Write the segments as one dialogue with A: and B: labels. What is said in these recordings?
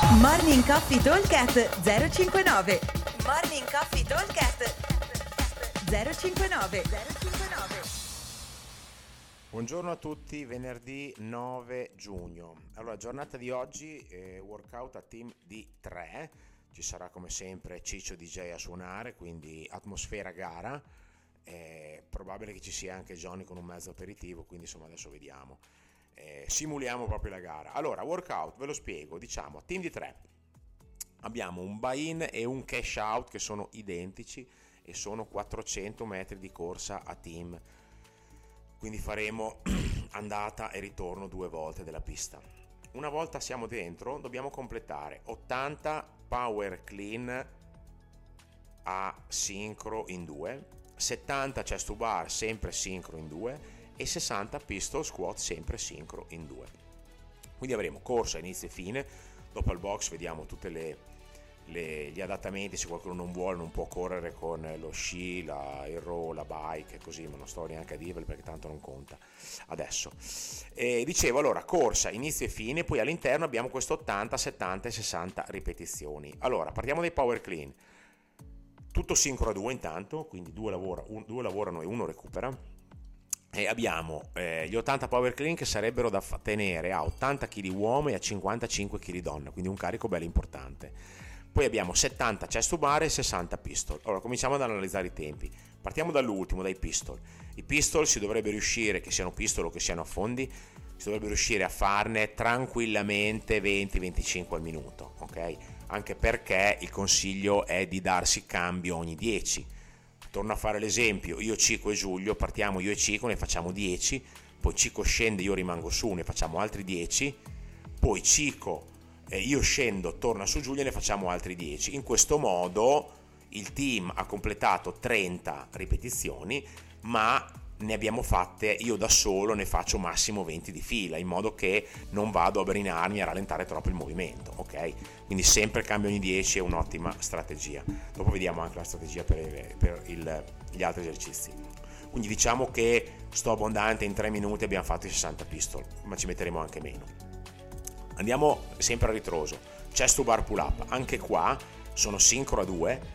A: Morning Coffee Talkcast 059. Morning Coffee Talkcast 059.
B: Buongiorno a tutti, venerdì 9 giugno. Allora, giornata di oggi, workout a team di 3. Ci sarà come sempre Ciccio DJ a suonare, quindi atmosfera gara. È probabile che ci sia anche Johnny con un mezzo aperitivo, quindi insomma adesso vediamo. Simuliamo proprio la gara. Allora, workout, ve lo spiego, diciamo, team di 3. Abbiamo un buy-in e un cash out che sono identici e sono 400 metri di corsa a team. Quindi faremo andata e ritorno 2 volte della pista. Una volta siamo dentro, dobbiamo completare 80 power clean a sincro in 2, 70 chest to bar sempre sincro in 2 e 60 pistol squat sempre sincro in 2. Quindi avremo corsa inizio e fine. Dopo al box vediamo tutti gli adattamenti, se qualcuno non vuole, non può correre con lo sci, il row, la bike e così, ma non sto neanche a dirvelo perché tanto non conta adesso. Dicevo, allora, corsa inizio e fine, poi all'interno abbiamo questo 80, 70 e 60 ripetizioni. Allora, partiamo dai power clean. Tutto sincro a 2 intanto, quindi 2 lavorano e 1 recupera. E abbiamo gli 80 power clean che sarebbero da tenere a 80 kg uomo e a 55 kg donna, quindi un carico bello importante. Poi abbiamo 70 chest to bar e 60 pistol. Allora cominciamo ad analizzare i tempi. Partiamo dall'ultimo, dai pistol. I pistol si dovrebbe riuscire, che siano pistol o che siano a fondi, si dovrebbe riuscire a farne tranquillamente 20-25 al minuto, ok? Anche perché il consiglio è di darsi cambio ogni 10. Torno a fare l'esempio, io, Cico e Giulio, partiamo io e Cico, ne facciamo 10, poi Cico scende, io rimango su, ne facciamo altri 10, poi Cico, io scendo, torna su Giulio e ne facciamo altri 10. In questo modo il team ha completato 30 ripetizioni, ma ne abbiamo fatte, io da solo ne faccio massimo 20 di fila, in modo che non vado a brinarmi, a rallentare troppo il movimento, ok? Quindi sempre cambio ogni 10 è un'ottima strategia. Dopo vediamo anche la strategia per gli altri esercizi. Quindi diciamo che sto abbondante, in 3 minuti abbiamo fatto i 60 pistol, ma ci metteremo anche meno. Andiamo sempre a ritroso. Chest to bar pull up, anche qua sono sincro a 2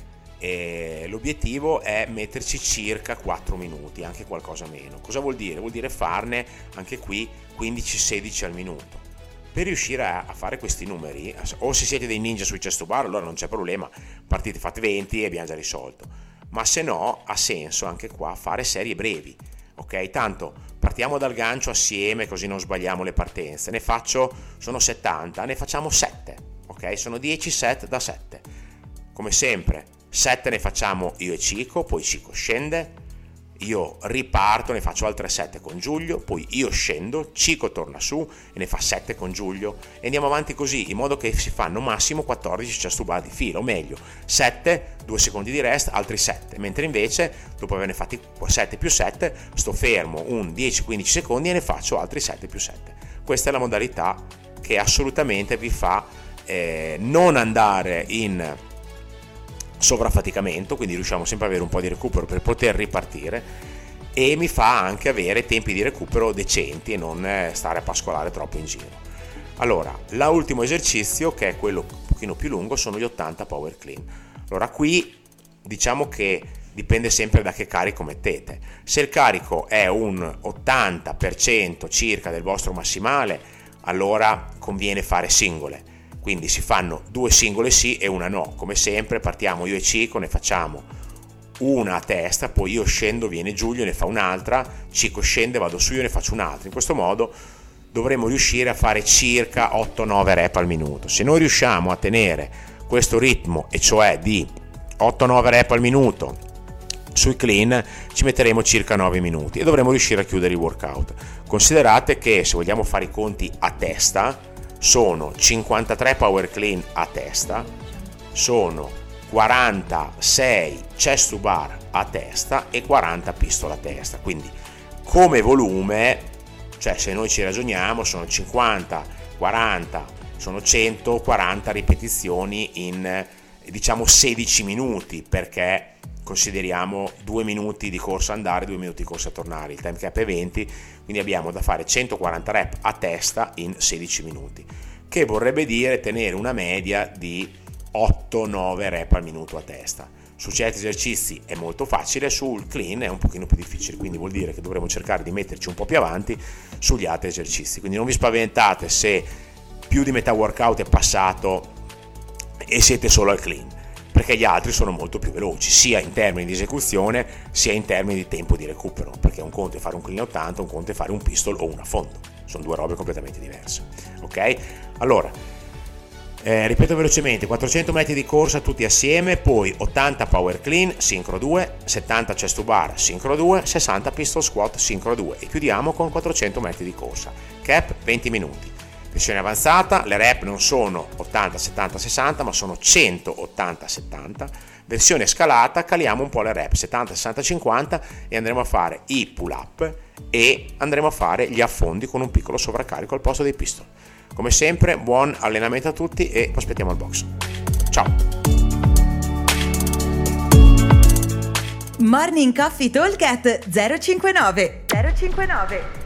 B: e l'obiettivo è metterci circa 4 minuti, anche qualcosa meno. Cosa vuol dire? Vuol dire farne anche qui 15-16 al minuto. Per riuscire a fare questi numeri, o se siete dei ninja sui chest to bar, allora non c'è problema, partite, fate 20 e abbiamo già risolto. Ma se no, ha senso anche qua fare serie brevi, ok? Tanto partiamo dal gancio assieme, così non sbagliamo le partenze. Sono 70, ne facciamo 7, ok? Sono 10 set da 7. Come sempre, 7 ne facciamo io e Cico, poi Cico scende, io riparto, ne faccio altre 7 con Giulio, poi io scendo, Cico torna su e ne fa 7 con Giulio e andiamo avanti così, in modo che si fanno massimo 14 chest to bar di fila, o meglio 7, 2 secondi di rest, altri 7, mentre invece dopo averne fatti 7 più 7 sto fermo un 10-15 secondi e ne faccio altri 7 più 7. Questa è la modalità che assolutamente vi fa non andare in sovraffaticamento, quindi riusciamo sempre ad avere un po' di recupero per poter ripartire, e mi fa anche avere tempi di recupero decenti e non stare a pascolare troppo in giro. Allora, l'ultimo esercizio, che è quello un pochino più lungo, sono gli 80 power clean. Allora qui diciamo che dipende sempre da che carico mettete. Se il carico è un 80% circa del vostro massimale, allora conviene fare singole. Quindi si fanno 2 singole sì e una no. Come sempre partiamo io e Cico, ne facciamo una a testa, poi io scendo, viene Giulio, ne fa un'altra, Cico scende, vado su, io ne faccio un'altra. In questo modo dovremo riuscire a fare circa 8-9 rep al minuto. Se noi riusciamo a tenere questo ritmo, e cioè di 8-9 rep al minuto sui clean, ci metteremo circa 9 minuti e dovremo riuscire a chiudere il workout. Considerate che se vogliamo fare i conti a testa, sono 53 power clean a testa, sono 46 chest to bar a testa e 40 pistol a testa. Quindi come volume, cioè se noi ci ragioniamo, sono 50, 40, sono 140 ripetizioni in diciamo 16 minuti, perché consideriamo 2 minuti di corsa andare, 2 minuti di corsa tornare, il time cap è 20, quindi abbiamo da fare 140 rep a testa in 16 minuti. che vorrebbe dire tenere una media di 8-9 rep al minuto a testa. Su certi esercizi è molto facile, sul clean è un pochino più difficile, quindi vuol dire che dovremo cercare di metterci un po' più avanti sugli altri esercizi. Quindi non vi spaventate se più di metà workout è passato e siete solo al clean, perché gli altri sono molto più veloci, sia in termini di esecuzione sia in termini di tempo di recupero, perché un conto è fare un clean 80, un conto è fare un pistol o un affondo, sono due robe completamente diverse. Ok? Allora, ripeto velocemente: 400 metri di corsa tutti assieme, poi 80 power clean sincro 2, 70 chest to bar sincro 2, 60 pistol squat sincro 2 e chiudiamo con 400 metri di corsa, cap 20 minuti. Versione avanzata, le rep non sono 80, 70, 60 ma sono 180, 70. Versione scalata, caliamo un po' le rep 70, 60, 50 e andremo a fare i pull up e andremo a fare gli affondi con un piccolo sovraccarico al posto dei pistol. Come sempre, buon allenamento a tutti e vi aspettiamo al box. Ciao!
A: Morning Coffee Talk at 059.